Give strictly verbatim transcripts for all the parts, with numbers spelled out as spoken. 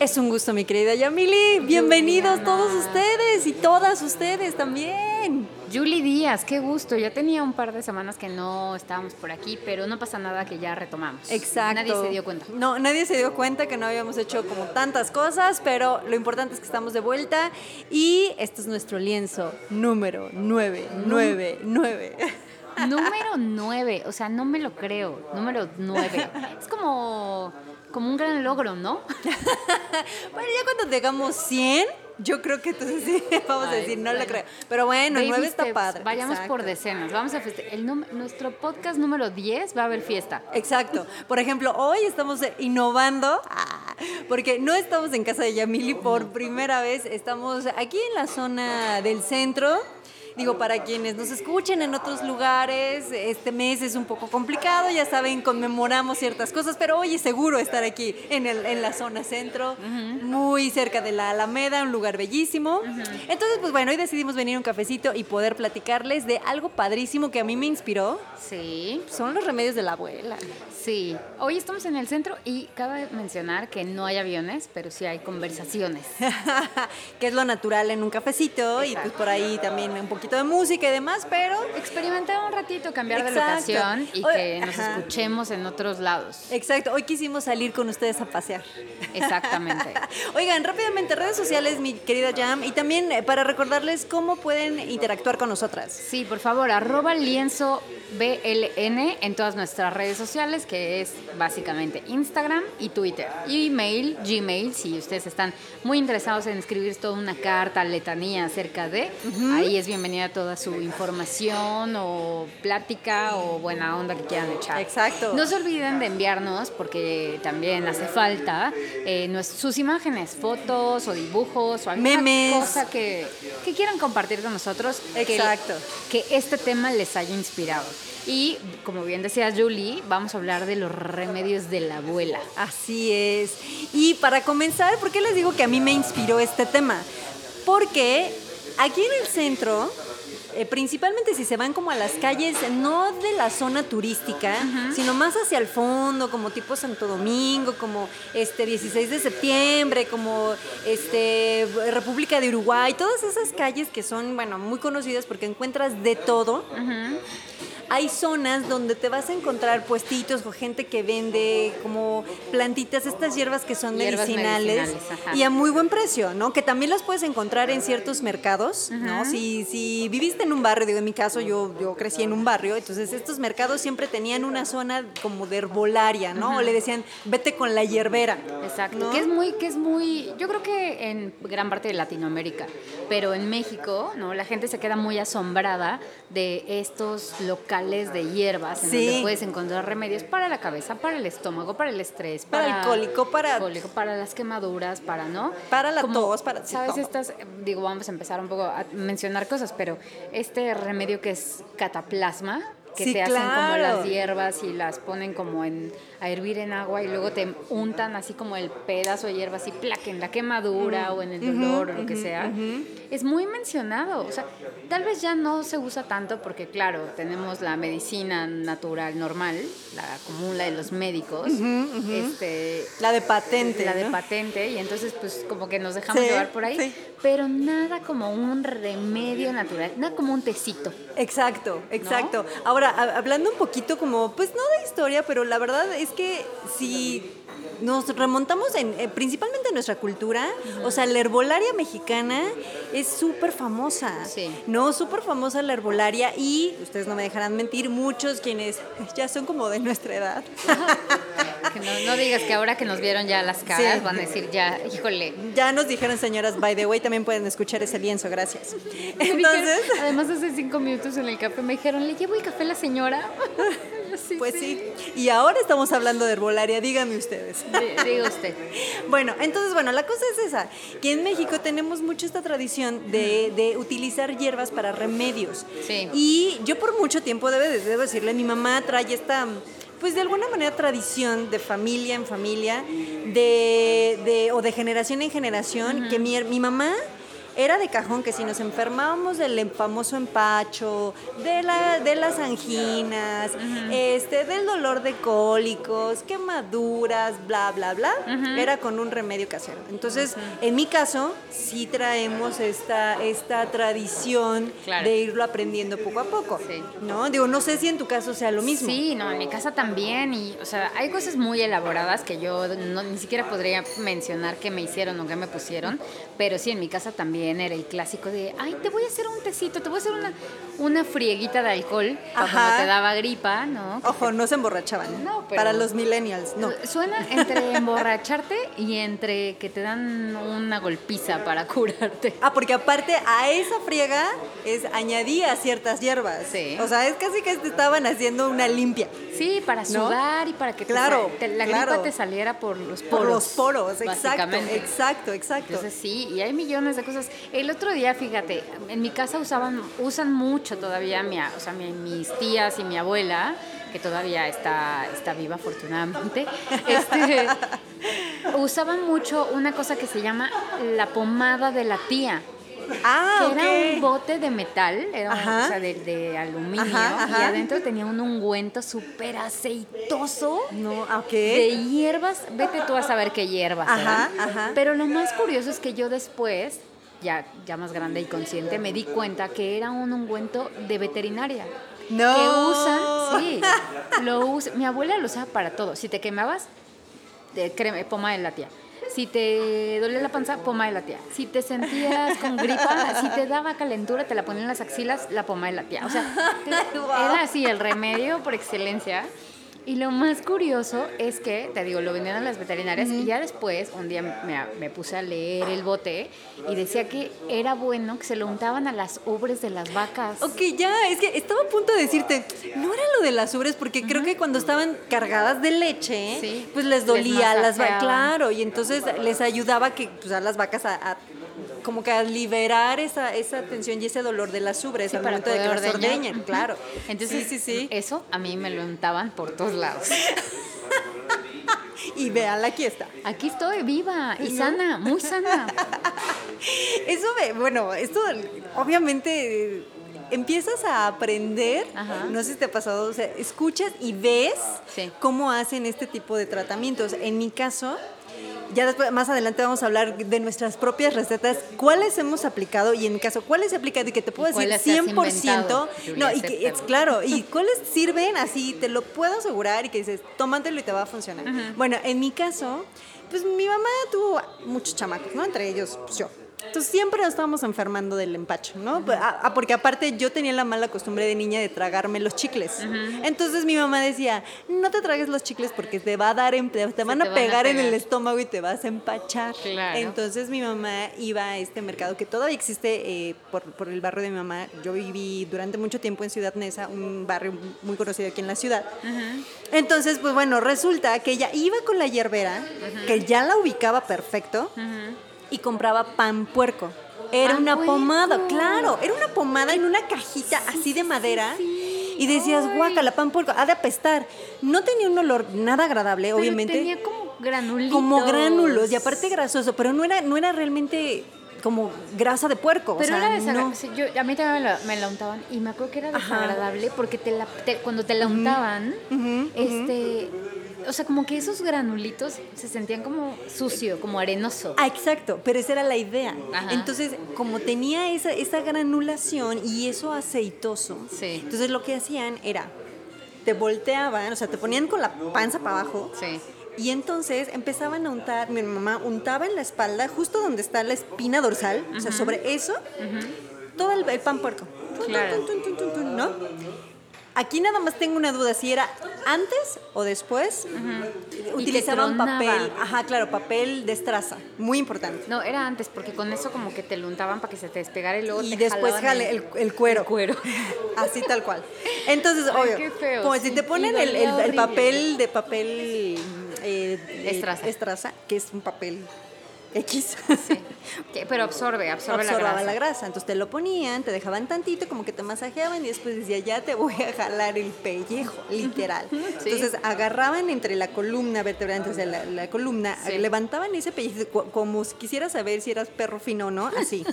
Es un gusto, mi querida Yamili. Bienvenidos Juliana. Todos ustedes y todas ustedes también. Julie Díaz, qué gusto. Ya tenía un par de semanas que no estábamos por aquí, pero no pasa nada que ya retomamos. Exacto. Nadie se dio cuenta. No, nadie se dio cuenta que no habíamos hecho como tantas cosas, pero lo importante es que estamos de vuelta y este es nuestro lienzo número nueve, nueve, nueve. Número nueve, o sea, no me lo creo. Número nueve. Es como, como un gran logro, ¿no? Bueno, ya cuando tengamos cien, yo creo que entonces sí, vamos Ay, a decir, no bueno. lo creo. Pero bueno, Baby nueve está steps, padre. Vayamos Exacto. por decenas. Vamos a feste- el num- Nuestro podcast número diez va a haber fiesta. Exacto. Por ejemplo, hoy estamos innovando porque no estamos en casa de Yamili por primera vez. Estamos aquí en la zona del centro. Digo, para quienes nos escuchen en otros lugares, este mes es un poco complicado, ya saben, conmemoramos ciertas cosas, pero hoy es seguro estar aquí en, el, en la zona centro, uh-huh. muy cerca de la Alameda, un lugar bellísimo. Uh-huh. Entonces, pues bueno, hoy decidimos venir a un cafecito y poder platicarles de algo padrísimo que a mí me inspiró. Sí. Son los remedios de la abuela. Sí. Hoy estamos en el centro y cabe mencionar que no hay aviones, pero sí hay conversaciones. Que es lo natural en un cafecito. Exacto. Y pues por ahí también un poquito de música y demás, pero... experimentar un ratito, cambiar Exacto. de locación y Hoy, que nos ajá. escuchemos en otros lados. Exacto, hoy quisimos salir con ustedes a pasear. Exactamente. Oigan, rápidamente, redes sociales, mi querida Jam, y también eh, para recordarles cómo pueden interactuar con nosotras. Sí, por favor, arroba lienzo B L N en todas nuestras redes sociales, que es básicamente Instagram y Twitter. Y email, Gmail, si ustedes están muy interesados en escribir toda una carta, letanía acerca de, uh-huh. ahí es bienvenida toda su información o plática o buena onda que quieran echar. Exacto. No se olviden de enviarnos, porque también hace falta, eh, nuestras, sus imágenes, fotos o dibujos o alguna memes. cosa que, que quieran compartir con nosotros. Exacto. Que, que este tema les haya inspirado. Y, como bien decía Julie, vamos a hablar de los remedios de la abuela. Así es. Y para comenzar, ¿por qué les digo que a mí me inspiró este tema? Porque aquí en el centro... Eh, principalmente si se van como a las calles, no de la zona turística, uh-huh. sino más hacia el fondo, como tipo Santo Domingo, como este dieciséis de septiembre, como este República de Uruguay, todas esas calles que son, bueno, muy conocidas porque encuentras de todo. Uh-huh. Hay zonas donde te vas a encontrar puestitos o gente que vende como plantitas, estas hierbas que son hierbas medicinales, medicinales y a muy buen precio, ¿no? Que también las puedes encontrar en ciertos mercados, uh-huh. ¿no? Si, si viviste en un barrio, digo, en mi caso yo, yo crecí en un barrio, entonces estos mercados siempre tenían una zona como de herbolaria, ¿no? Uh-huh. O le decían, vete con la hierbera. Exacto, ¿no? que es muy, que es muy, yo creo que en gran parte de Latinoamérica, pero en México, ¿no? La gente se queda muy asombrada de estos locales de hierbas en sí. donde puedes encontrar remedios para la cabeza, para el estómago, para el estrés, para, para el cólico, para cólico, para las quemaduras, para no, para la Como, tos, para sabes estas, digo, vamos a empezar un poco a mencionar cosas, pero este remedio que es cataplasma, que sí, te hacen claro. como las hierbas y las ponen como en a hervir en agua y luego te untan así como el pedazo de hierba así placa en la quemadura mm. o en el dolor uh-huh, o lo que uh-huh, sea. Uh-huh. Es muy mencionado, o sea, tal vez ya no se usa tanto porque claro, tenemos la medicina natural normal, la común, la de los médicos, uh-huh, uh-huh. este la de patente, la ¿no? de patente y entonces pues como que nos dejamos sí, llevar por ahí, sí. pero nada como un remedio natural, nada como un tecito. Exacto, exacto. ¿No? Ahora, a- hablando un poquito como, pues no de historia, pero la verdad es que si nos remontamos en, eh, principalmente en nuestra cultura, uh-huh. o sea, la herbolaria mexicana es súper famosa, sí. ¿no? Súper famosa la herbolaria y, ustedes no me dejarán mentir, muchos quienes ya son como de nuestra edad. Que no, no digas que ahora que nos vieron ya las caras, sí. van a decir ya, híjole. Ya nos dijeron, señoras, by the way, también pueden escuchar ese lienzo, gracias. Entonces... Además, hace cinco minutos en el café me dijeron, ¿le llevo el café a la señora? Sí, pues sí. sí. Y ahora estamos hablando de herbolaria, díganme ustedes. Diga usted. Bueno, entonces, bueno, la cosa es esa, que en México tenemos mucho esta tradición de, de utilizar hierbas para remedios. Sí. Y yo por mucho tiempo, debo, debo decirle, mi mamá trae esta... pues de alguna manera tradición de familia en familia, de, de, o de generación en generación, uh-huh. que mi, mi mamá era de cajón que si nos enfermábamos del famoso empacho, de, la, de las anginas, uh-huh. este, del dolor de cólicos, quemaduras, bla, bla, bla, uh-huh. era con un remedio casero. Entonces, uh-huh. en mi caso, sí traemos esta, esta tradición claro. de irlo aprendiendo poco a poco, sí. ¿no? Digo, no sé si en tu caso sea lo mismo. Sí, no, en mi casa también, y, o sea, hay cosas muy elaboradas que yo no, ni siquiera podría mencionar qué me hicieron o qué me pusieron, pero sí, en mi casa también era el clásico de, ay, te voy a hacer un tecito, te voy a hacer una, una frieguita de alcohol para cuando te daba gripa, ¿no? Ojo, te... no se emborrachaban. No, pero... Para los millennials, no. Suena entre emborracharte y entre que te dan una golpiza para curarte. Ah, porque aparte a esa friega es añadía ciertas hierbas. Sí. O sea, es casi que te estaban haciendo una limpia. Sí, para sudar, ¿no? Y para que claro, te, te, la claro. gripa te saliera por los poros. Por los poros, exacto, exacto, exacto. Entonces sí, y hay millones de cosas. El otro día, fíjate, en mi casa usaban, usan mucho todavía, mi, o sea, mi, mis tías y mi abuela, que todavía está, está viva afortunadamente, este, usaban mucho una cosa que se llama la pomada de la tía. Ah, que okay. era un bote de metal, era un, o sea, de, de aluminio, ajá, ajá. y adentro tenía un ungüento súper aceitoso no, okay. de hierbas, vete tú a saber qué hierbas, ajá, ajá. Pero lo más curioso es que yo después, ya, ya más grande y consciente, me di cuenta que era un ungüento de veterinaria. No. Que usan, sí, lo usa, mi abuela lo usaba para todo. Si te quemabas, de crema, pomada de la tía. Si te dolía la panza, pomada de la tía. Si te sentías con gripa, si te daba calentura, te la ponían en las axilas, la pomada de la tía. O sea, te, wow. era así el remedio por excelencia. Y lo más curioso es que, te digo, lo vendían a las veterinarias uh-huh. y ya después, un día me, me puse a leer el bote y decía que era bueno que se lo untaban a las ubres de las vacas. Ok, ya, es que estaba a punto de decirte, no era lo de las ubres, porque uh-huh. creo que cuando estaban cargadas de leche, sí. pues les dolía les las vacas, claro, y entonces les ayudaba que, pues, a las vacas a... a como que a liberar esa, esa tensión y ese dolor de las ubres sí, al momento de que las ordeñan, claro. Entonces, sí, sí, sí. Eso a mí me lo untaban por todos lados. Y véanla, aquí está. Aquí estoy, viva y ¿no? sana, muy sana. Eso, me, bueno, esto obviamente... empiezas a aprender, ajá. no sé si te ha pasado, o sea, escuchas y ves sí. cómo hacen este tipo de tratamientos. En mi caso, ya después, más adelante vamos a hablar de nuestras propias recetas, cuáles hemos aplicado y en mi caso, cuáles he aplicado y que te puedo decir cien por ciento. No, y que es claro, y cuáles sirven así, te lo puedo asegurar y que dices, tómatelo y te va a funcionar. Uh-huh. Bueno, en mi caso, pues mi mamá tuvo muchos chamacos, ¿no? Entre ellos, pues yo. Entonces siempre nos estábamos enfermando del empacho, ¿no? Uh-huh. Ah, porque aparte yo tenía la mala costumbre de niña de tragarme los chicles. Uh-huh. Entonces mi mamá decía, no te tragues los chicles porque te va a dar, te, te van, a, te pegar van a pegar en el estómago y te vas a empachar. Claro. Entonces mi mamá iba a este mercado que todavía existe eh, por, por el barrio de mi mamá. Yo viví durante mucho tiempo en Ciudad Neza, un barrio muy conocido aquí en la ciudad. Uh-huh. Entonces, pues bueno, resulta que ella iba con la hierbera, uh-huh. que ya la ubicaba perfecto, uh-huh. y compraba pan puerco. Era pan una puerco. pomada, claro, era una pomada en una cajita sí, así de madera. Sí. Y decías, guácala, pan puerco, ha de apestar. No tenía un olor nada agradable, pero obviamente. Tenía como granulitos. Como gránulos, y aparte grasoso, pero no era, no era realmente como grasa de puerco. Pero o sea, era desagradable. No. Sí, yo, a mí también me la, me la untaban y me acuerdo que era desagradable Ajá. porque te la, te, cuando te la untaban, uh-huh, este... Uh-huh. O sea, como que esos granulitos se sentían como sucio, como arenoso. Ah, exacto, pero esa era la idea. Ajá. Entonces, como tenía esa, esa granulación y eso aceitoso, sí. entonces lo que hacían era, te volteaban, o sea, te ponían con la panza para abajo. Sí. Y entonces empezaban a untar, mi mamá untaba en la espalda, justo donde está la espina dorsal, uh-huh. o sea, sobre eso, uh-huh. todo el, el pan puerco. Claro. Tun, tun, tun, tun, tun, ¿no? Aquí nada más tengo una duda, si era antes o después. Uh-huh. Utilizaban papel, ajá, claro, papel de estraza, muy importante. No, era antes, porque con eso como que te lo untaban para que se te despegara y luego y te después jale el, el cuero. El cuero. Así tal cual. Entonces, Ay, obvio, qué feo, como sí. si te ponen el, el, el papel de papel eh, estraza. estraza, que es un papel X. Sí. Que- Pero absorbe, absorbe la Absorbaba grasa. la grasa. Entonces te lo ponían, te dejaban tantito, como que te masajeaban y después decía, ya te voy a jalar el pellejo, literal. Sí. Entonces agarraban entre la columna vertebral, entonces la, la columna, Sí. levantaban ese pellejo cu- como si quisieras saber si eras perro fino o no, así.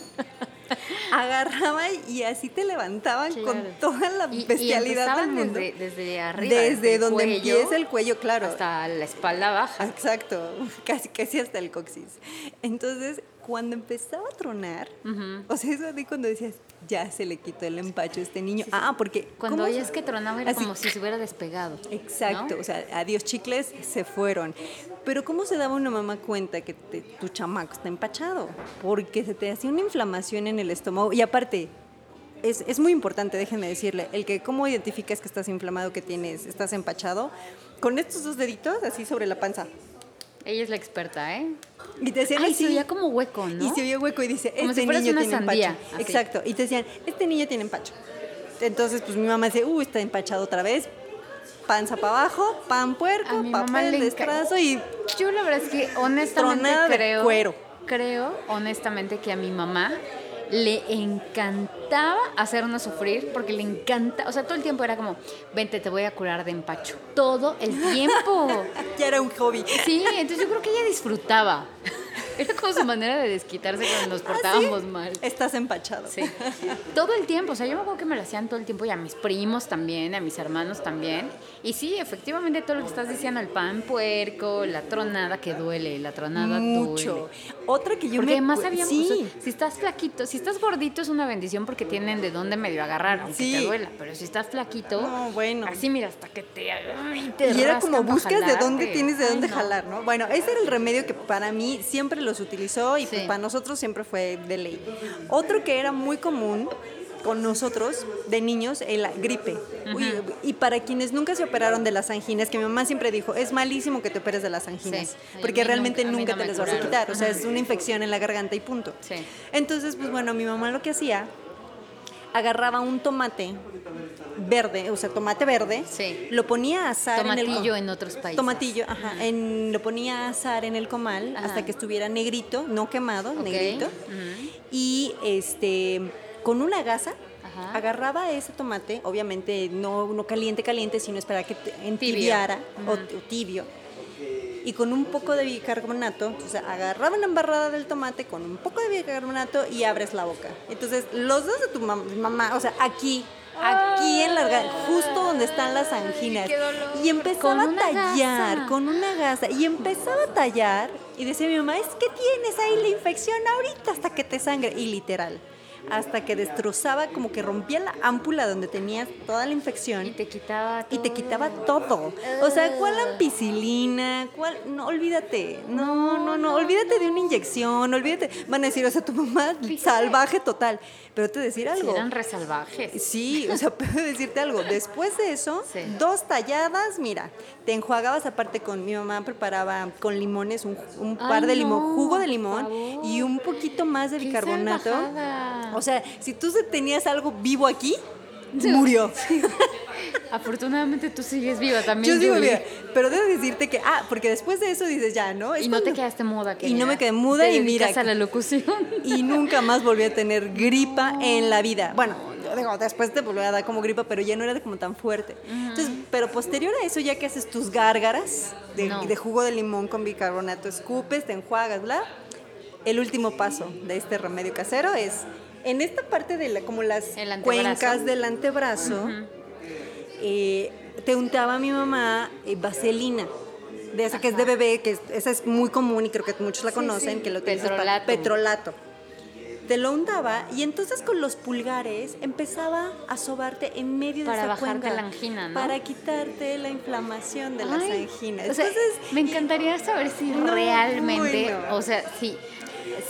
Agarraban y así te levantaban Claro. con toda la Y- y bestialidad del empezaban mundo. Desde, desde arriba. Desde el donde cuello empieza el cuello, claro. Hasta la espalda baja. Exacto, casi, casi hasta el coxis. Entonces, cuando empezaba a tronar, Ujú. o sea, eso a ti cuando decías, ya se le quitó el empacho a este niño. Ah, porque... Cuando ¿cómo oías se- que tronaba era así, como si se hubiera despegado. Exacto, ¿no? o sea, adiós chicles, se fueron. Pero ¿cómo se daba una mamá cuenta que te- tu chamaco está empachado? Porque se te hacía una inflamación en el estómago. Y aparte, es, es muy importante, déjenme decirle, el que cómo identificas que estás inflamado, que tienes, estás empachado, con estos dos deditos así sobre la panza. Ella es la experta, ¿eh? Y te decían Ay, así. se oía como hueco, ¿no? Y se oía hueco y dice, Como este si fueras niño una tiene sandía, empacho. así. Exacto. Y te decían, este niño tiene empacho. Entonces, pues mi mamá dice, uy, está empachado otra vez. Panza para abajo, pan A puerco, mi mamá papel, le enca- destrazo y Yo la verdad es que honestamente Tronada de creo, cuero. creo honestamente que a mi mamá le encantaba hacernos sufrir porque le encanta, o sea, todo el tiempo era como, vente, te voy a curar de empacho. Todo el tiempo. ya era un hobby. Sí, entonces yo creo que ella disfrutaba. Era como su manera de desquitarse cuando nos portábamos mal. Estás empachado. Sí, todo el tiempo, o sea, yo me acuerdo que me lo hacían todo el tiempo y a mis primos también, a mis hermanos también. Y sí, efectivamente todo lo que estás diciendo, el pan puerco, la tronada que duele, la tronada Mucho. duele. Otra que yo Porque me... además acu- habíamos, Sí. o sea, si estás flaquito, si estás gordito es una bendición porque tienen de dónde medio agarrar, aunque Sí. te duela. Pero si estás flaquito, No, bueno. así mira, hasta que te... ay, te Y era como rascan pa' buscas de dónde jalarte. tienes de Ay, dónde no. jalar, ¿no? Bueno, ese era el remedio que para mí siempre los utilizó y pues Sí. para nosotros siempre fue de ley. Otro que era muy común con nosotros de niños, el gripe. Uy, y para quienes nunca se operaron de las anginas, que mi mamá siempre dijo, es malísimo que te operes de las anginas, Sí. Ay, a porque mí realmente nunca- a mí nunca no te me les vas a curaron. quitar, o sea, es una infección en la garganta y punto. Sí. Entonces, pues bueno, mi mamá lo que hacía, agarraba un tomate verde, o sea, tomate verde, Sí. lo ponía a asar en el Tomatillo en otros países. Tomatillo, ajá, en- lo ponía a asar en el comal Ajá. hasta que estuviera negrito, no quemado, Ok. negrito. Ujú. Y este con una gasa Ajá. agarraba ese tomate, obviamente no, no caliente, caliente, sino esperar que te- Tibio. entibiara o, Ujú. o tibio. Y con un poco de bicarbonato, o sea, agarraba una embarrada del tomate con un poco de bicarbonato y abres la boca. Entonces, los dos de tu mam- mamá, o sea, aquí, aquí en la garganta, justo donde están las anginas. qué dolor. Y empezaba Con a una tallar gasa. con una gasa. Y empezaba a tallar y decía mi mamá, es que tienes ahí la infección ahorita hasta que te sangre. Y literal, hasta que destrozaba, como que rompía la ámpula donde tenías toda la infección. Y te quitaba Y te todo. quitaba todo. O sea, ¿cuál ampicilina? ¿Cuál? No, olvídate. No, no, no. Olvídate de una inyección. Olvídate. Van a decir, o sea, tu mamá salvaje total. Pero te voy a decir Sí, algo. eran resalvajes. Sí, o sea, puedo decirte algo. Después de eso, Sí. dos talladas, mira, te enjuagabas aparte con mi mamá preparaba con limones un, un par Ay, de limón, no, jugo de por limón favor. y un poquito más de ¡Qué bicarbonato. salvajada! O sea, si tú se- tenías algo vivo aquí, murió. Afortunadamente tú sigues viva también, Yo digo, Julie. mira, pero debo decirte que, ah, porque después de eso dices ya, ¿no? Es Y no te cuando- quedaste muda, Y querida. no me quedé muda Te y mira. dedicas a la locución. Y nunca más volví a tener gripa en la vida. Bueno, yo digo, después te volví a dar como gripa, pero ya no era de como tan fuerte. Entonces, pero posterior a eso, ya que haces tus gárgaras de, No. de jugo de limón con bicarbonato, escupes, te enjuagas, bla. El último paso de este remedio casero es, en esta parte de la, como las El antebrazo. cuencas del antebrazo, eh, te untaba mi mamá eh, vaselina. De esa que es de bebé, que es- esa es muy común y creo que muchos la Sí, conocen, sí. que lo utilizas para Petrolato. petrolato. Te lo untaba y entonces con los pulgares empezaba a sobarte en medio Para de esa bajarte cuenca, la angina, ¿no? para quitarte la inflamación de las Ay, anginas. o sea, Entonces, me encantaría saber si No, realmente, bueno. o sea, si, si,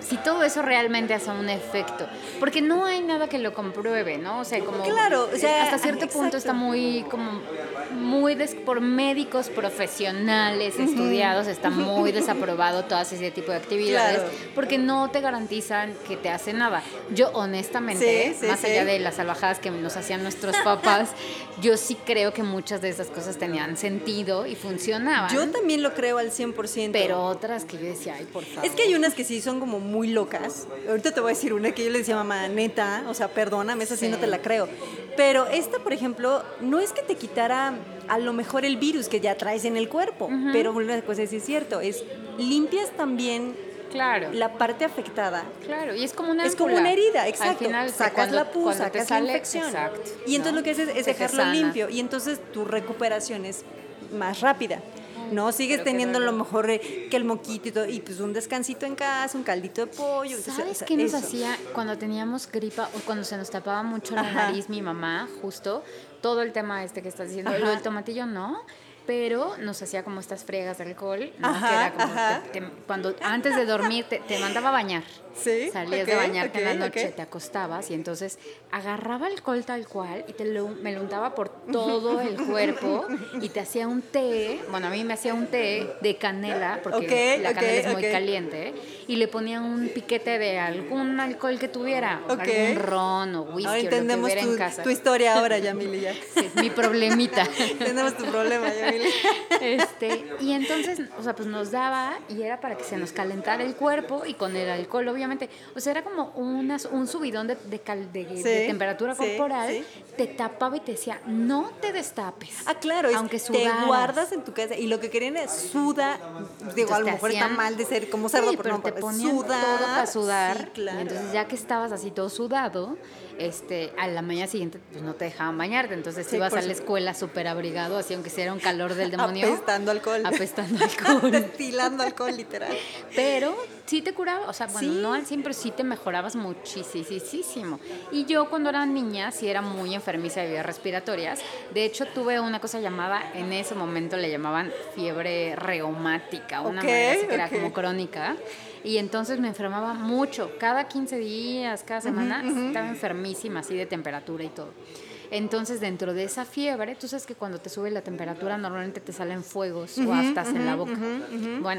si todo eso realmente hace un efecto, porque no hay nada que lo compruebe, ¿no? O sea, como claro, o sea, hasta cierto exacto. punto está muy como muy des, por médicos profesionales uh-huh. estudiados, está muy desaprobado todo ese tipo de actividades, claro. porque no te garantizan que te hace nada. Yo honestamente, sí, sí, más sí. allá de las salvajadas que nos hacían nuestros papás, yo sí creo que muchas de esas cosas tenían sentido y funcionaban. Yo también lo creo al cien por ciento. Pero otras que yo decía, ay, por favor. Es que hay unas que sí son como muy locas. Ahorita te voy a decir una que yo le decía a mamá, neta, o sea, perdóname, esa sí. sí no te la creo. Pero esta, por ejemplo, no es que te quitara a lo mejor el virus que ya traes en el cuerpo, uh-huh. pero una cosa sí es cierto, es limpias también claro. la parte afectada. Claro, y es como una Es como una herida, exacto. Al final, sacas cuando, la pus, sacas sale, la infección. Exacto, y entonces ¿no? lo que haces es Se dejarlo limpio y entonces tu recuperación es más rápida. No, sigues Pero teniendo a lo mejor eh, que el moquito y todo, y pues un descansito en casa, un caldito de pollo. ¿Sabes o sea, qué nos eso. hacía cuando teníamos gripa o cuando se nos tapaba mucho la Ajá. nariz mi mamá, justo? Todo el tema este que estás diciendo, Ajá. lo del tomatillo no, pero nos hacía como estas fregas de alcohol, ¿no? Ajá, que era como ajá. te, te, cuando antes de dormir te, te mandaba a bañar. Sí, salías okay, de bañarte okay, en la noche, okay. te acostabas y entonces agarraba alcohol tal cual y te lo, me lo untaba por todo el cuerpo y te hacía un té, bueno, a mí me hacía un té de canela, porque okay, la canela okay, es muy okay. caliente, y le ponía un piquete de algún alcohol que tuviera, okay. algún ron o whisky ahora o lo que hubiera tu, en casa. tu historia ahora, Yamili, ya. Sí, mi problemita. Entendemos tu problema, Yamili. Este, y entonces, o sea, pues nos daba y era para que se nos calentara el cuerpo y con el alcohol, obviamente. O sea, era como unas, un subidón de, de, cal, de, sí, de temperatura sí, corporal, sí. te tapaba y te decía, no te destapes. Ah, claro, aunque es, sudaras. Te guardas en tu casa y lo que querían es suda. Digo, a lo mejor hacían, está mal de ser como cerdo, sí, pero, pero no, te ponían sudar, todo para sudar. Sí, claro. Y entonces ya que estabas así todo sudado, este, a la mañana siguiente pues no te dejaban bañarte, entonces sí, ibas a la escuela súper abrigado, así aunque sea era un calor del demonio. Apestando alcohol. Apestando alcohol. Destilando alcohol, literal. Pero sí te curaba, o sea, bueno, sí. no al cien, pero sí te mejorabas muchísimo. Y yo cuando era niña sí era muy enfermiza de vías respiratorias. De hecho, tuve una cosa llamada, en ese momento le llamaban fiebre reumática, una okay, manera así que okay. era como crónica. Y entonces me enfermaba mucho, cada quince días, cada semana, uh-huh, uh-huh. estaba enfermísima, así de temperatura y todo. Entonces, dentro de esa fiebre, tú sabes que cuando te sube la temperatura normalmente te salen fuegos uh-huh, o aftas uh-huh, en la boca. Uh-huh, uh-huh. Bueno,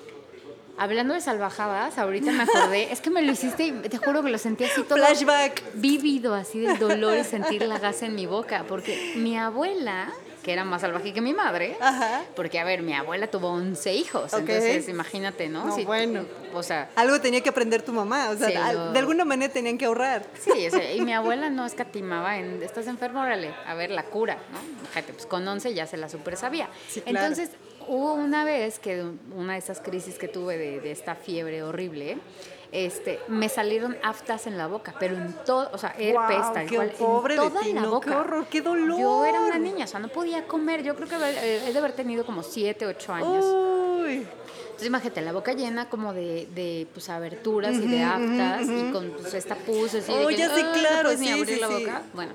hablando de salvajadas, ahorita me acordé, es que me lo hiciste y te juro que lo sentí así todo flashback, vívido, así del dolor y sentir la gasa en mi boca, porque mi abuela, que era más salvaje que mi madre, Ajá. porque, a ver, mi abuela tuvo once hijos, okay. entonces imagínate, ¿no? No, si, bueno. O sea... Algo tenía que aprender tu mamá, o sea, sí, lo... de alguna manera tenían que ahorrar. Sí, o sea, y mi abuela no escatimaba en, estás enfermo, órale, a ver, la cura, ¿no? Fíjate, pues con once ya se la super sabía. Sí, claro. Entonces, hubo una vez que una de esas crisis que tuve de, de esta fiebre horrible, este, me salieron aftas en la boca, pero en todo, o sea, herpes, wow, tal qué cual, pobre en toda de ti, la no, boca. Qué horror, qué dolor. Yo era una niña, o sea, no podía comer. Yo creo que he de haber tenido como siete, ocho años. Uy. Entonces, imagínate, la boca llena como de, de pues, aberturas uh-huh, y de aftas uh-huh. y con pues, esta pus así oh, de que ya sé, oh, claro, no puedes sí, ni abrir sí, la sí. boca. Bueno,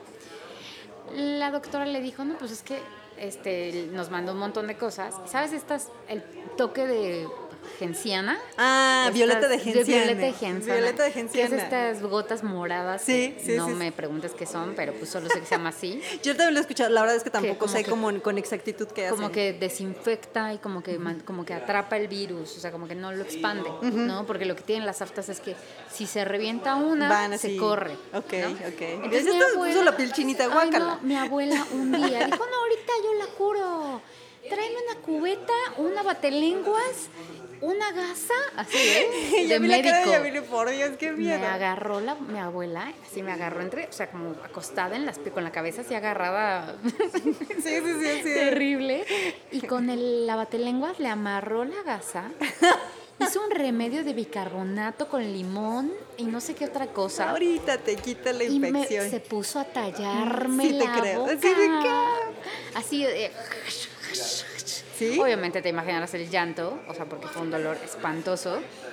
la doctora le dijo, no, pues es que este, nos mandó un montón de cosas. ¿Sabes estas, el toque de genciana? Ah, estas, violeta de genciana. De violeta de genciana. Violeta de genciana. Que es estas gotas moradas. Sí, sí, no sí, me sí. preguntes qué son, pero pues solo sé que se llama así. Yo también lo he escuchado, la verdad es que tampoco que sé que, como con exactitud qué hace. Como que desinfecta y como que, uh-huh. como que atrapa el virus, o sea, como que no lo expande, uh-huh. ¿no? Porque lo que tienen las aftas es que si se revienta una, Van se corre. Ok, ¿no? ok. Entonces ya te puso la piel chinita, guácala. No, mi abuela un día dijo, no, ahorita yo la curo. Tráeme una cubeta, una batelenguas, una gasa, así, ¿eh? De médico. La cara de por Dios, qué miedo. Me agarró la, mi abuela, así me agarró entre, o sea, como acostada en las, con la cabeza así agarrada. Sí, sí, sí, sí. Terrible. Y con el lavatelenguas le amarró la gasa. Hizo un remedio de bicarbonato con limón y no sé qué otra cosa. Ahorita te quita la infección. Y me, se puso a tallarme sí, la te creo. boca. Sí, te creo. Así de... ¿Sí? Obviamente te imaginarás el llanto, o sea, porque fue un dolor espantoso.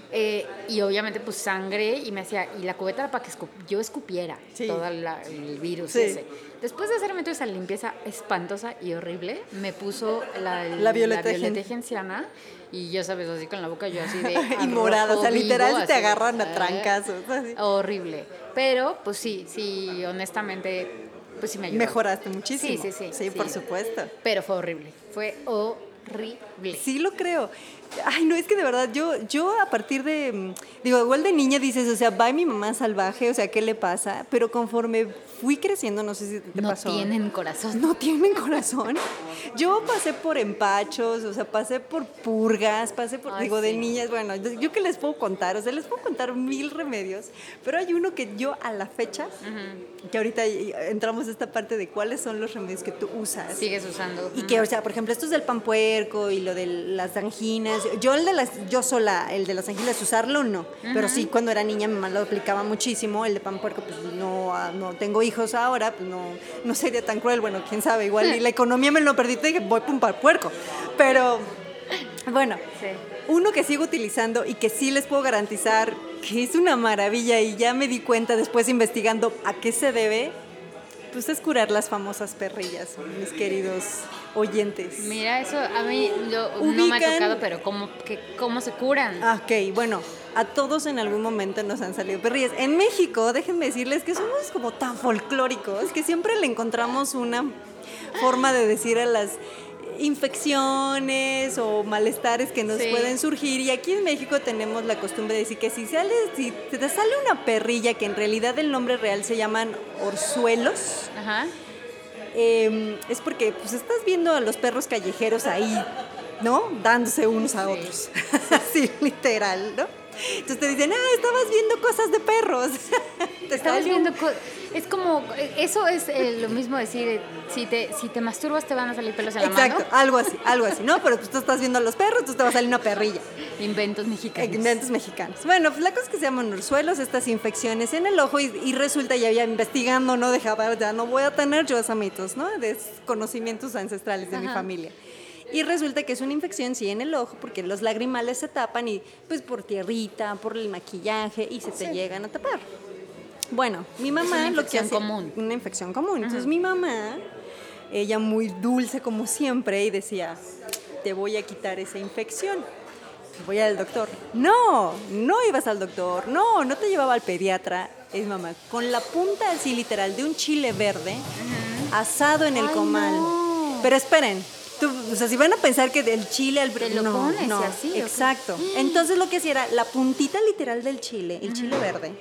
Eh, y obviamente pues sangre y me hacía, y la cubeta era para que escup- yo escupiera Sí. todo el virus Sí. ese. Después de hacerme toda esa limpieza espantosa y horrible, me puso la, La violeta la violeta gen- genciana y ya sabes, así con la boca yo así de Y morada, o sea, rojo literal vivo, te así, agarran a ah, trancazos. Así. horrible. Pero pues sí, sí, honestamente, pues sí me ayudó. Mejoraste muchísimo. Sí, sí, sí. Sí, por supuesto. Pero fue horrible, fue horrible. Sí lo creo. Ay, no, es que de verdad, yo, yo a partir de, mm, digo, igual de niña dices, o sea, va mi mamá salvaje, o sea, ¿qué le pasa? Pero conforme fui creciendo, no sé si te No pasó. tienen corazón. No tienen corazón. Yo pasé por empachos, o sea, pasé por purgas, pasé por, Ay, digo, de sí. niñas, bueno, yo, yo qué les puedo contar, o sea, les puedo contar mil remedios, pero hay uno que yo a la fecha, que ahorita entramos a esta parte de cuáles son los remedios que tú usas. Sigues usando. Y que, o sea, por ejemplo, esto es del pan puerco y lo de las anginas. Yo el de las, yo sola, el de las anginas, usarlo no. Uh-huh. Pero sí, cuando era niña mi mamá lo aplicaba muchísimo. El de pan puerco, pues no, no tengo hijos ahora, pues no, no sería tan cruel. Bueno, quién sabe, igual y la economía me lo perdí y dije, voy por un pan puerco. Pero, bueno, sí. Uno que sigo utilizando y que sí les puedo garantizar que es una maravilla y ya me di cuenta después investigando a qué se debe, pues es curar las famosas perrillas, mis queridos oyentes. Mira, eso a mí yo, no me ha tocado, pero ¿cómo, que, ¿cómo se curan? Ah, ok, bueno, a todos en algún momento nos han salido perrillas. En México, déjenme decirles que somos como tan folclóricos que siempre le encontramos una forma de decir a las infecciones o malestares que nos sí. pueden surgir, y aquí en México tenemos la costumbre de decir que si sale, si te sale una perrilla, que en realidad el nombre real se llaman orzuelos. Ajá. Eh, es porque pues estás viendo a los perros callejeros ahí, ¿no? Dándose unos a otros, sí. Así literal, ¿no? Entonces te dicen, ah, estabas viendo cosas de perros. Te estabas viendo co- es como, eso es eh, lo mismo decir, si te, si te masturbas te van a salir pelos en Exacto, la mano. Exacto, algo así, algo así, ¿no? Pero pues tú estás viendo a los perros, tú te va a salir una perrilla. Inventos mexicanos. Inventos mexicanos. Bueno, pues la cosa es que se llaman orzuelos, estas infecciones en el ojo, y, y resulta, ya había investigando, no dejaba, ya no voy a tener yo esos mitos, ¿no? De conocimientos ancestrales de Ajá. mi familia. Y resulta que es una infección, sí, en el ojo, porque los lagrimales se tapan y pues por tierrita, por el maquillaje, y se te sí. llegan a tapar. Bueno, mi mamá es una lo que hace... común. Una infección común. Uh-huh. Entonces mi mamá, ella muy dulce como siempre, y decía, te voy a quitar esa infección. Voy al doctor. No, no ibas al doctor. No, no te llevaba al pediatra. Es mamá, con la punta así literal de un chile verde, uh-huh. asado en el Ay, comal. No. Pero esperen. Tú, o sea, si van a pensar que el chile al te lo no, pones no, así, exacto. Okay. Entonces lo que hacía era la puntita literal del chile, el uh-huh. chile verde,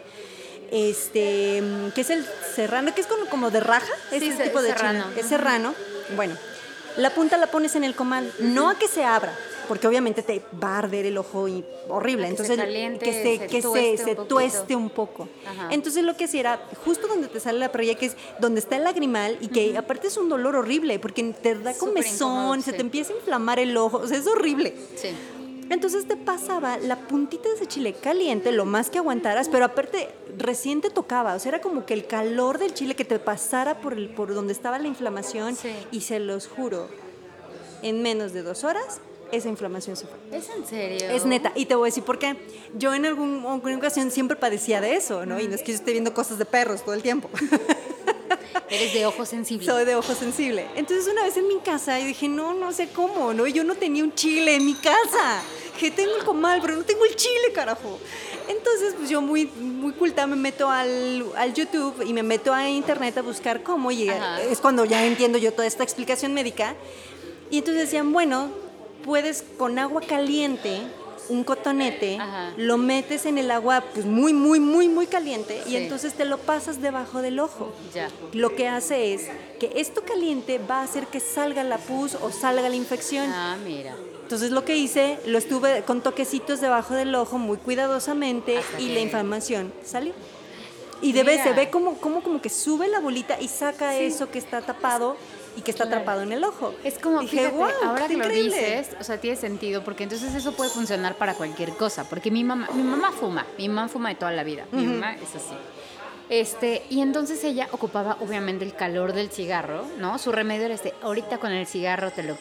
este, que es el serrano, que es como, como de raja, sí, ese tipo de serrano. chile, es uh-huh. serrano. Bueno, la punta la pones en el comal, uh-huh. no a que se abra, porque obviamente te va a arder el ojo y horrible. Que Entonces se caliente, que se, se que tueste se, se un tueste un poco. Ajá. Entonces lo que hacía era justo donde te sale la perilla, que es donde está el lagrimal, y que uh-huh. aparte es un dolor horrible porque te da comezón, se sí. te empieza a inflamar el ojo, o sea, es horrible. Sí. Entonces te pasaba la puntita de ese chile caliente, lo más que aguantaras, pero aparte recién te tocaba, o sea, era como que el calor del chile que te pasara por, el, por donde estaba la inflamación, sí. y se los juro, en menos de dos horas esa inflamación se fue. ¿Es en serio? Es neta, y te voy a decir por qué. Yo en algún, alguna ocasión siempre padecía de eso, ¿no? Y no es que yo esté viendo cosas de perros todo el tiempo. Eres de ojo sensible. Soy de ojo sensible. Entonces una vez en mi casa yo dije, no, no sé cómo, ¿no? Yo no tenía un chile en mi casa. Que tengo el comal, pero no tengo el chile, carajo. Entonces, pues yo muy, muy culta me meto al, al YouTube y me meto a internet a buscar cómo llegar. Ajá. Es cuando ya entiendo yo toda esta explicación médica. Y entonces decían, bueno, puedes con agua caliente, un cotonete, Ajá. lo metes en el agua pues muy, muy, muy, muy caliente, sí. y entonces te lo pasas debajo del ojo. Ya. Lo que hace es que esto caliente va a hacer que salga la pus o salga la infección. Ah, mira. Entonces lo que hice, lo estuve con toquecitos debajo del ojo muy cuidadosamente Hasta y que... la inflamación salió. Y de vez se ve como, como, como que sube la bolita y saca sí. eso que está tapado y que está claro. atrapado en el ojo. Es como, dije, fíjate, wow, ahora que increíble. lo dices, o sea, tiene sentido, porque entonces eso puede funcionar para cualquier cosa, porque mi mamá, mi mamá fuma, mi mamá fuma de toda la vida, mi uh-huh. mamá es así. Este, y entonces ella ocupaba obviamente el calor del cigarro, ¿no? Su remedio era este, ahorita con el cigarro te lo quito.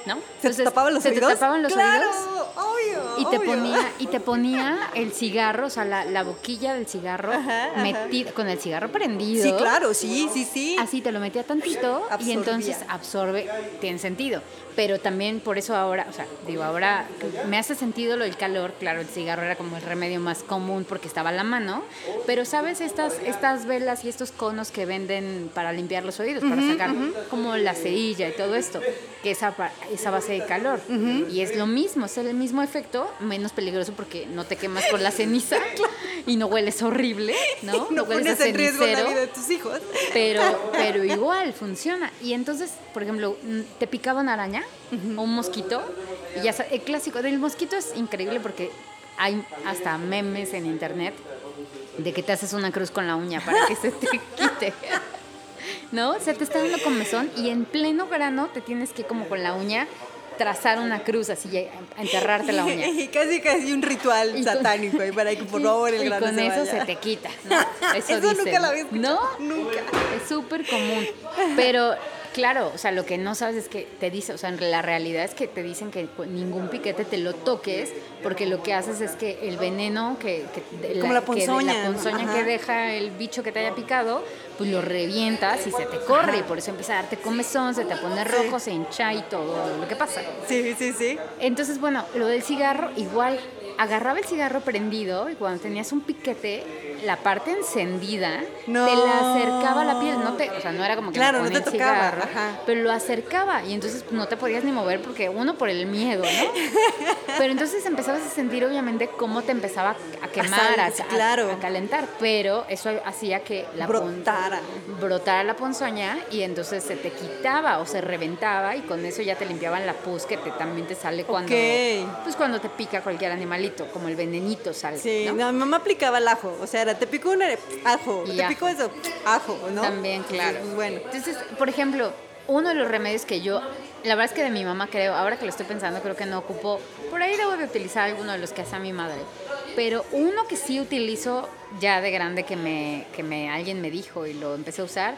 ¿no? ¿Se te tapaban los se oídos? te tapaban los ¡Claro! oídos. Obvio, Y te, obvio. ponía, y te ponía el cigarro, o sea, la, la boquilla del cigarro Ajá, ajá. metida, con el cigarro prendido. Sí, claro, sí, sí, sí. Así te lo metía tantito y Absorbía. entonces absorbe, tiene sentido. Pero también por eso ahora, o sea, digo, ahora me hace sentido lo del calor. Claro, el cigarro era como el remedio más común porque estaba a la mano. Pero, ¿sabes? Estas, estas velas y estos conos que venden para limpiar los oídos, para sacar como la cerilla y todo esto, que es a, esa base de calor. Y es lo mismo, es el mismo efecto, menos peligroso porque no te quemas con la ceniza y no hueles horrible, ¿no? No, hueles pones a en riesgo la cenicero. vida de tus hijos. Pero, pero igual funciona. Y entonces, por ejemplo, te picaba una araña o un mosquito. Y ya sa- el clásico del mosquito es increíble porque hay hasta memes en internet de que te haces una cruz con la uña para que se te quite. ¿No? O sea, te está dando comezón y en pleno grano te tienes que como con la uña trazar una cruz así, a enterrarte la uña. Y casi casi un ritual Y con- satánico ahí para que por favor el y grano con se eso vaya. se te quita, ¿no? Eso, Eso dicen. nunca lo había escuchado. ¿No? Nunca. Es súper común. Pero, claro, o sea, lo que no sabes es que te dice, o sea, la realidad es que te dicen que con ningún piquete te lo toques, porque lo que haces es que el veneno que, que de Como la que de ponzoña, la ponzoña ajá. que deja el bicho que te haya picado, pues lo revientas y se te corre, y por eso empieza a darte comezón, se te pone rojo, se hincha y todo lo que pasa. Sí, sí, sí. Entonces, bueno, lo del cigarro, igual, agarraba el cigarro prendido y cuando tenías un piquete, la parte encendida No. te la acercaba a la piel. No te, o sea, no era como que Claro, me no ponía te el tocaba, cigarro, ajá. pero lo acercaba y entonces pues, no te podías ni mover porque uno por el miedo, ¿no? Pero entonces empezabas a sentir obviamente cómo te empezaba a quemar, a, sal- a- claro. a calentar, pero eso hacía que la pon- Brotara. brotara la ponzoña y entonces se te quitaba o se reventaba y con eso ya te limpiaban la pus que te, también te sale cuando, Ok. pues cuando te pica cualquier animalito, como el venenito sale, Sí, ¿no? no, mi mamá aplicaba el ajo, o sea, era, te picó una ajo, Y te ajo. picó eso, ajo, ¿no? También, claro. Entonces, bueno, Entonces, por ejemplo, uno de los remedios que yo, la verdad es que de mi mamá creo, ahora que lo estoy pensando, creo que no ocupo, por ahí debo de utilizar alguno de los que hace mi madre, pero uno que sí utilizo ya de grande que me, que me alguien me dijo y lo empecé a usar,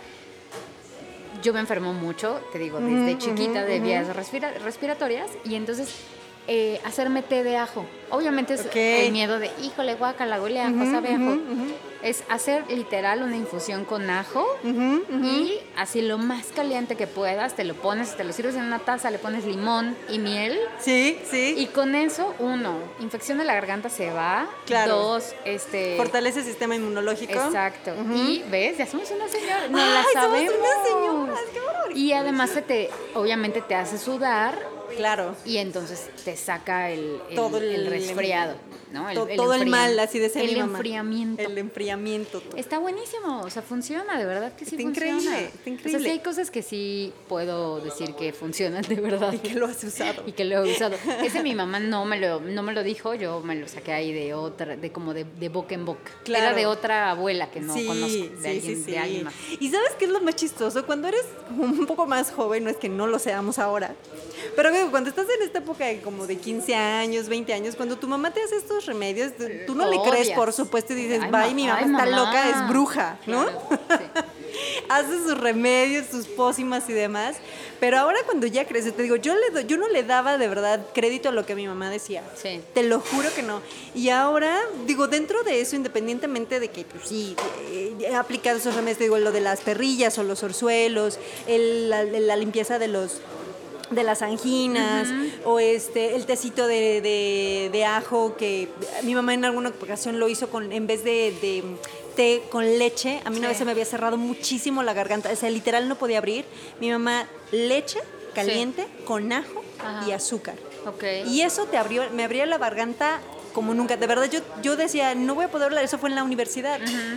yo me enfermo mucho, te digo, desde Ujú, chiquita ujú, de ujú. vías respira- respiratorias y entonces eh, hacerme té de ajo. Obviamente es Ok. el miedo de, híjole, guácala, huele a ajo, Ujú, sabe a ajo. ujú, ujú. Es hacer literal una infusión con ajo Ujú, ujú. y así lo más caliente que puedas, te lo pones, te lo sirves en una taza, le pones limón y miel. Sí, sí. Y con eso, uno, infección de la garganta se va. Claro. Dos, este... Fortalece el sistema inmunológico. Exacto. Ujú. Y, ¿ves? Ya somos una señora. No la Ay, somos sabemos. unas señoras, qué barbaridad. Y además se te, obviamente te hace sudar Claro. y entonces te saca el, el, Todo el- el resfriado, ¿no? To- todo el enfriam- mal, así decía El mi mamá. enfriamiento. El enfriamiento. todo. Está buenísimo, o sea, funciona, de verdad que sí Está funciona. increíble, está O sea, increíble. sí hay cosas que sí puedo decir que funcionan de verdad. Y que lo has usado. Y que lo he usado. Ese mi mamá no me lo, no me lo dijo, yo me lo saqué ahí de otra, de como de, de boca en boca. Claro. Era de otra abuela que no sí, conozco, de, sí, alguien, sí, sí. de alguien más. Y ¿sabes qué es lo más chistoso? Cuando eres un poco más joven, no es que no lo seamos ahora, pero digo, cuando estás en esta época de como de quince años, veinte años, cuando tu mamá te hace estos remedios, tú- tú no le Odias. crees, por supuesto, y dices, Ay, vaya, ma- mi mamá ay, está mamá. loca, es bruja, ¿no? Claro, sí. Hace sus remedios, sus pócimas y demás. Pero ahora cuando ya crece, te digo, yo, le do- yo no le daba de verdad crédito a lo que mi mamá decía. Sí. Te lo juro que no. Y ahora, digo, dentro de eso, independientemente de que, pues sí, eh, he aplicado esos remedios, te digo, lo de las perrillas o los orzuelos, el- la, la limpieza de los de las anginas, o este el tecito de, de- de ajo que mi mamá en alguna ocasión lo hizo con en vez de, de té con leche. A mí una Sí. vez se me había cerrado muchísimo la garganta, o sea, literal no podía abrir. Mi mamá, leche caliente con ajo Ajá. y azúcar. Ok. Y eso te abrió, me abría la garganta como nunca. De verdad, yo, yo decía, no voy a poder hablar, eso fue en la universidad.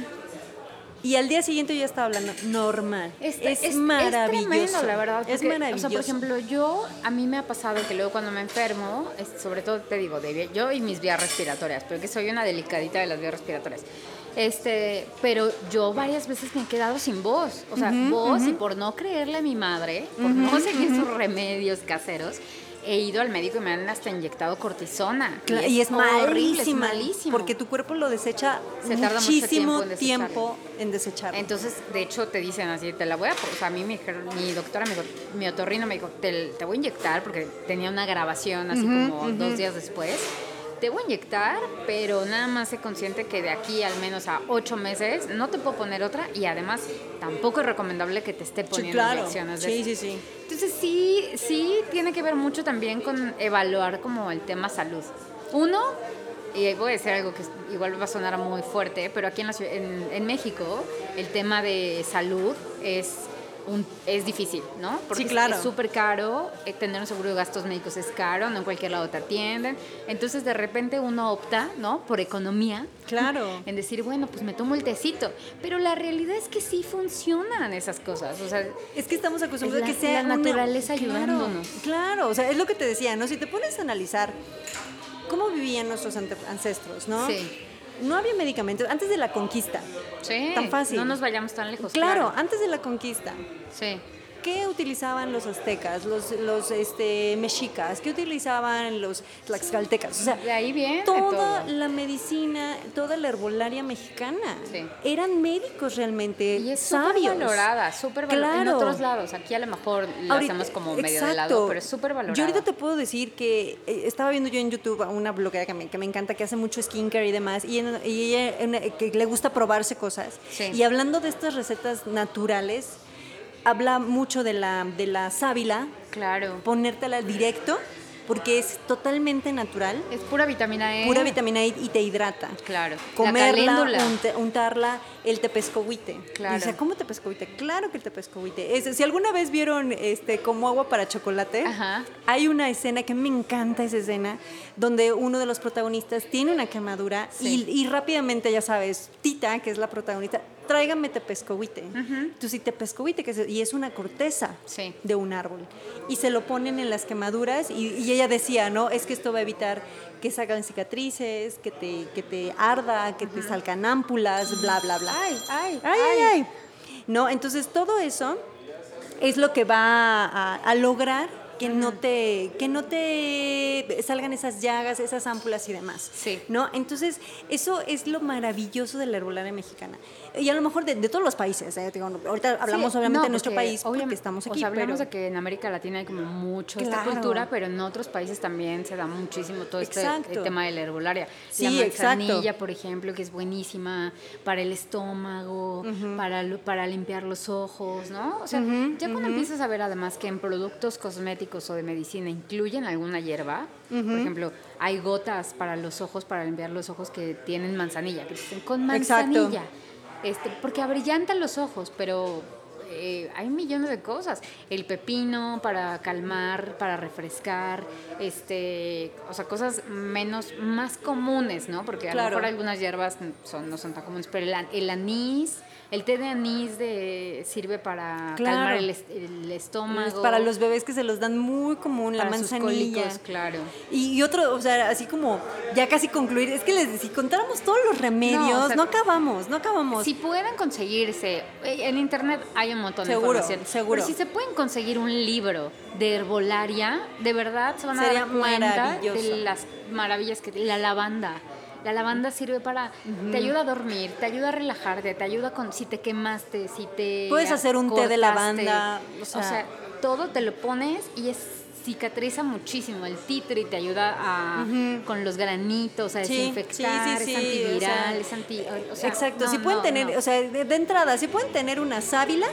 Y al día siguiente yo ya estaba hablando normal. Es, es, es- maravilloso. Es tremendo, la verdad. Es porque, maravilloso. O sea, por ejemplo, yo, a mí me ha pasado que luego cuando me enfermo, es- sobre todo te digo, de, vi- yo y mis vías respiratorias, porque soy una delicadita de las vías respiratorias. Este, pero yo varias veces me he quedado sin voz. O sea, voz y por no creerle a mi madre, por no seguir sus remedios caseros, he ido al médico y me han hasta inyectado cortisona. Claro, y es, y es horrible, es malísimo. Porque tu cuerpo lo desecha Se tarda muchísimo mucho tiempo en desecharlo. Entonces, de hecho, te dicen así, te la voy a... O sea, a mí mi, mi doctora, me dijo, mi otorrino me dijo, te, te voy a inyectar porque tenía una grabación así uh-huh, como uh-huh. dos días después. Te voy a inyectar, pero nada más sé consciente que de aquí al menos a ocho meses no te puedo poner otra y además tampoco es recomendable que te esté poniendo sí, claro. inyecciones. De sí, sí, sí. Entonces sí, sí tiene que ver mucho también con evaluar como el tema salud. Uno, y voy a decir algo que igual va a sonar muy fuerte, pero aquí en, la, en, en México el tema de salud es... Un, es difícil, ¿no? Porque sí, claro. es súper caro, eh, tener un seguro de gastos médicos es caro, no en cualquier lado te atienden. Entonces, de repente uno opta, ¿no? Por economía. Claro. En decir, bueno, pues me tomo el tecito. Pero la realidad es que sí funcionan esas cosas. O sea, es que estamos acostumbrados a que sea la naturaleza una... ayudándonos. Claro, claro, o sea, es lo que te decía, ¿no? Si te pones a analizar cómo vivían nuestros ancestros, ¿no? Sí. No había medicamentos antes de la conquista. Sí. Tan fácil. No nos vayamos tan lejos. Claro, claro. antes de la conquista. Sí. ¿Qué utilizaban los aztecas, los, los este, mexicas? ¿Qué utilizaban los tlaxcaltecas? O sea, de ahí viene toda todo. la medicina, toda la herbolaria mexicana. Sí. Eran médicos realmente y es sabios. Súper valorada, súper valorada. Claro. En otros lados, aquí a lo mejor la ahorita, hacemos como medio exacto. de lado, pero es súper valorada. Yo ahorita te puedo decir que eh, estaba viendo yo en YouTube a una bloguera que me, que me encanta, que hace mucho skincare y demás, y, en, y ella en, que le gusta probarse cosas. Sí. Y hablando de estas recetas naturales, habla mucho de la, de la sábila. Claro. Ponértela directo, porque es totalmente natural. Es pura vitamina E. Pura vitamina E y te hidrata. Claro. Comerla, unte, untarla, el tepescohuite. Claro. O sea, ¿cómo tepescohuite? Claro que el tepescohuite. Es, si alguna vez vieron este, como agua para chocolate, Ajá. hay una escena que me encanta esa escena, donde uno de los protagonistas tiene una quemadura sí. y, y rápidamente, ya sabes, Tita, que es la protagonista, tráigame tepescohuite. Uh-huh. Entonces, sí, tepescohuite, que es, y es una corteza sí. de un árbol. Y se lo ponen en las quemaduras y, y ella decía, ¿no? Es que esto va a evitar que salgan cicatrices, que te, que te arda, que uh-huh. te salgan ámpulas, bla, bla, bla. Ay, ay, ay, ay, ay. ¿No? Entonces, todo eso es lo que va a, a lograr que no te que no te salgan esas llagas, esas ámpulas y demás. Sí. ¿No? Entonces, eso es lo maravilloso de la herbolaria mexicana. Y a lo mejor de, de todos los países. ¿eh? Digo, ahorita hablamos sí, obviamente no, de nuestro país porque estamos aquí. O sea, hablamos pero... de que en América Latina hay como mucho claro. esta cultura, pero en otros países también se da muchísimo todo este el tema de la herbolaria. Sí, la manzanilla, exacto. por ejemplo, que es buenísima para el estómago, uh-huh. para, para limpiar los ojos, ¿no? O sea, uh-huh, ya cuando uh-huh. empiezas a ver además que en productos cosméticos o de medicina incluyen alguna hierba, uh-huh. por ejemplo, hay gotas para los ojos, para limpiar los ojos que tienen manzanilla, que dicen con manzanilla. Exacto. Este, porque abrillantan los ojos, pero eh, hay millones de cosas. El pepino para calmar, para refrescar, este, o sea, cosas menos, más comunes, ¿no? Porque a claro. lo mejor algunas hierbas son, no son tan comunes, pero el, el anís, el té de anís de, sirve para claro. calmar el, el estómago. Para los bebés que se los dan muy común, la para manzanilla. Sus cólicos, claro. Y, y otro, o sea, así como ya casi concluir, es que les, si contáramos todos los remedios, no, o sea, no acabamos, no acabamos. Si pueden conseguirse, en internet hay un montón seguro, de información. Seguro, Pero si se pueden conseguir un libro de herbolaria, de verdad se van a Sería dar cuenta de las maravillas que la lavanda. La lavanda sirve para, uh-huh. te ayuda a dormir, te ayuda a relajarte, te ayuda con si te quemaste, si te puedes hacer un cortaste, té de lavanda, o sea, o sea, todo te lo pones y es cicatriza muchísimo. El tea tree te ayuda a uh-huh. con los granitos, a sí, desinfectar, sí, sí, es sí, antiviral, o sea, es anti, o sea, exacto, no, si pueden no, tener, no. o sea, de, de entrada, si pueden tener una sábila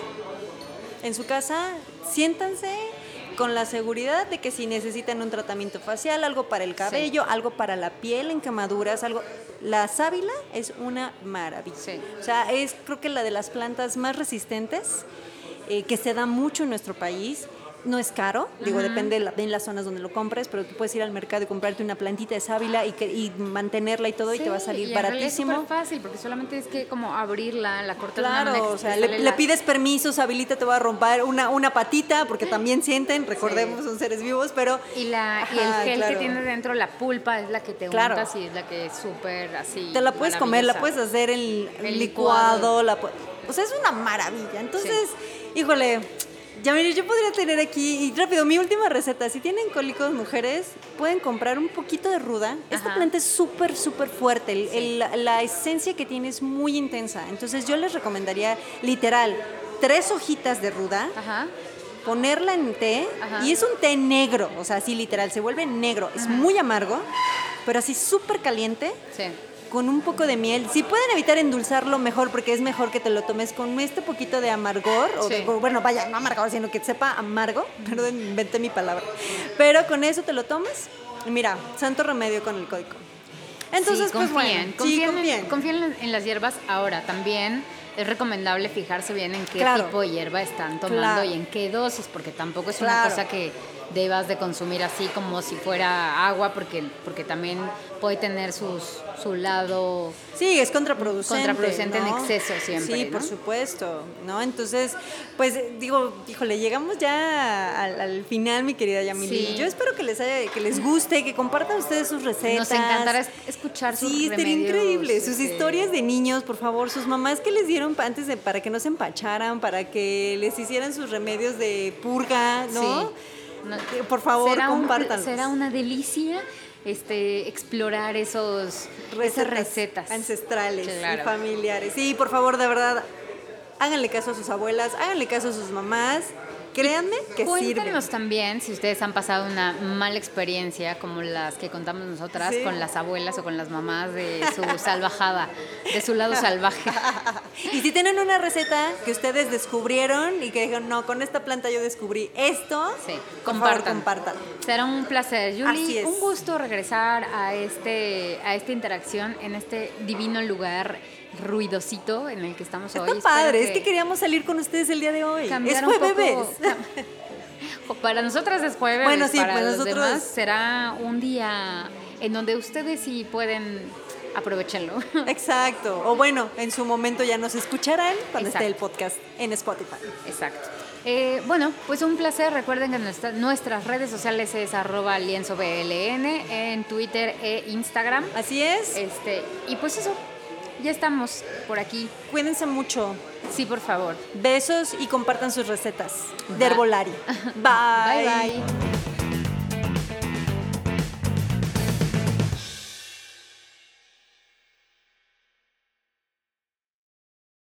en su casa, siéntanse con la seguridad de que si necesitan un tratamiento facial, algo para el cabello, sí. algo para la piel en quemaduras, algo, la sábila es una maravilla. Sí. O sea, es creo que la de las plantas más resistentes, eh, que se da mucho en nuestro país. No es caro, uh-huh. digo, depende de, la, de las zonas donde lo compres, pero tú puedes ir al mercado y comprarte una plantita de sábila y, que, y mantenerla y todo, sí, y te va a salir y baratísimo. Es súper fácil, porque solamente es que como abrirla, la cortas claro, de una o sea, le, la... le pides permiso, sábilita te va a romper una, una patita, porque también sienten, recordemos, sí. son seres vivos, pero... Y, la, ajá, y el gel claro. que tiene dentro, la pulpa, es la que te claro. untas y es la que es súper así. Te la puedes comer, la puedes hacer en el, el licuado, licuado. La, o sea, es una maravilla. Entonces, sí. híjole... Ya miren, yo podría tener aquí, y rápido, mi última receta. Si tienen cólicos mujeres, pueden comprar un poquito de ruda. Esta Ajá. planta es súper, súper fuerte. El- Sí. el- la, la esencia que tiene es muy intensa. Entonces yo les recomendaría, literal, tres hojitas de ruda, Ajá. ponerla en té, Ajá. y es un té negro, o sea, así literal, se vuelve negro. Es muy amargo, pero así súper caliente. Sí. Con un poco de miel. Si pueden evitar endulzarlo, mejor, porque es mejor que te lo tomes con este poquito de amargor. O de- Sí. bueno, vaya, no amargor, sino que sepa amargo. Perdón, inventé mi palabra. Pero con eso te lo tomas. Y mira, santo remedio con el código. Entonces, sí, pues confíen, bueno. confíen, sí, en- confíen. confíen en, en las hierbas. Ahora, también es recomendable fijarse bien en qué Claro. tipo de hierba están tomando Claro. y en qué dosis, porque tampoco es una Claro. cosa que debas de consumir así como si fuera agua, porque, porque también puede tener sus, su lado... Sí, es contraproducente. Contraproducente en ¿no? exceso siempre, Sí, ¿no? por supuesto, ¿no? Entonces, pues digo, híjole, llegamos ya al, al final, mi querida Yamili. Sí. Yo espero que les haya, que les guste, que compartan ustedes sus recetas. Nos encantará es- escuchar sus Sí, estaría remedios, increíble. Sus este, historias de niños, por favor, sus mamás que les dieron pa- antes de para que no se empacharan, para que les hicieran sus remedios de purga, ¿no? Sí. No, Eh, Por favor, será un- compártanlos. será una delicia este, explorar esos, esas recetas ancestrales Claro. y familiares. Sí, por favor, de verdad, háganle caso a sus abuelas, háganle caso a sus mamás. Créanme que sirve. Cuéntenos también si ustedes han pasado una mala experiencia como las que contamos nosotras Sí. con las abuelas o con las mamás de su salvajada, de su lado salvaje. Y si tienen una receta que ustedes descubrieron y que dijeron, no, con esta planta yo descubrí esto, Sí, por compartan. favor, compártanlo. Será un placer, Así Julie. es. Un gusto regresar a este a esta interacción en este divino lugar ruidosito en el que estamos hoy. Está Espero padre, es que queríamos salir con ustedes el día de hoy. Es cambiar un jueves. poco- Para nosotras es jueves, Bueno, sí, para pues los nosotros- demás será un día en donde ustedes sí pueden aprovechenlo. Exacto. O bueno, en su momento ya nos escucharán cuando Exacto. esté el podcast en Spotify. Exacto. Eh, bueno, pues un placer. Recuerden que nuestra- nuestras redes sociales es arroba lienzo B L N en Twitter e Instagram. Así es. Este, y pues eso, ya estamos por aquí. Cuídense mucho. Sí, por favor. Besos y compartan sus recetas de Bye. herbolario. Bye bye.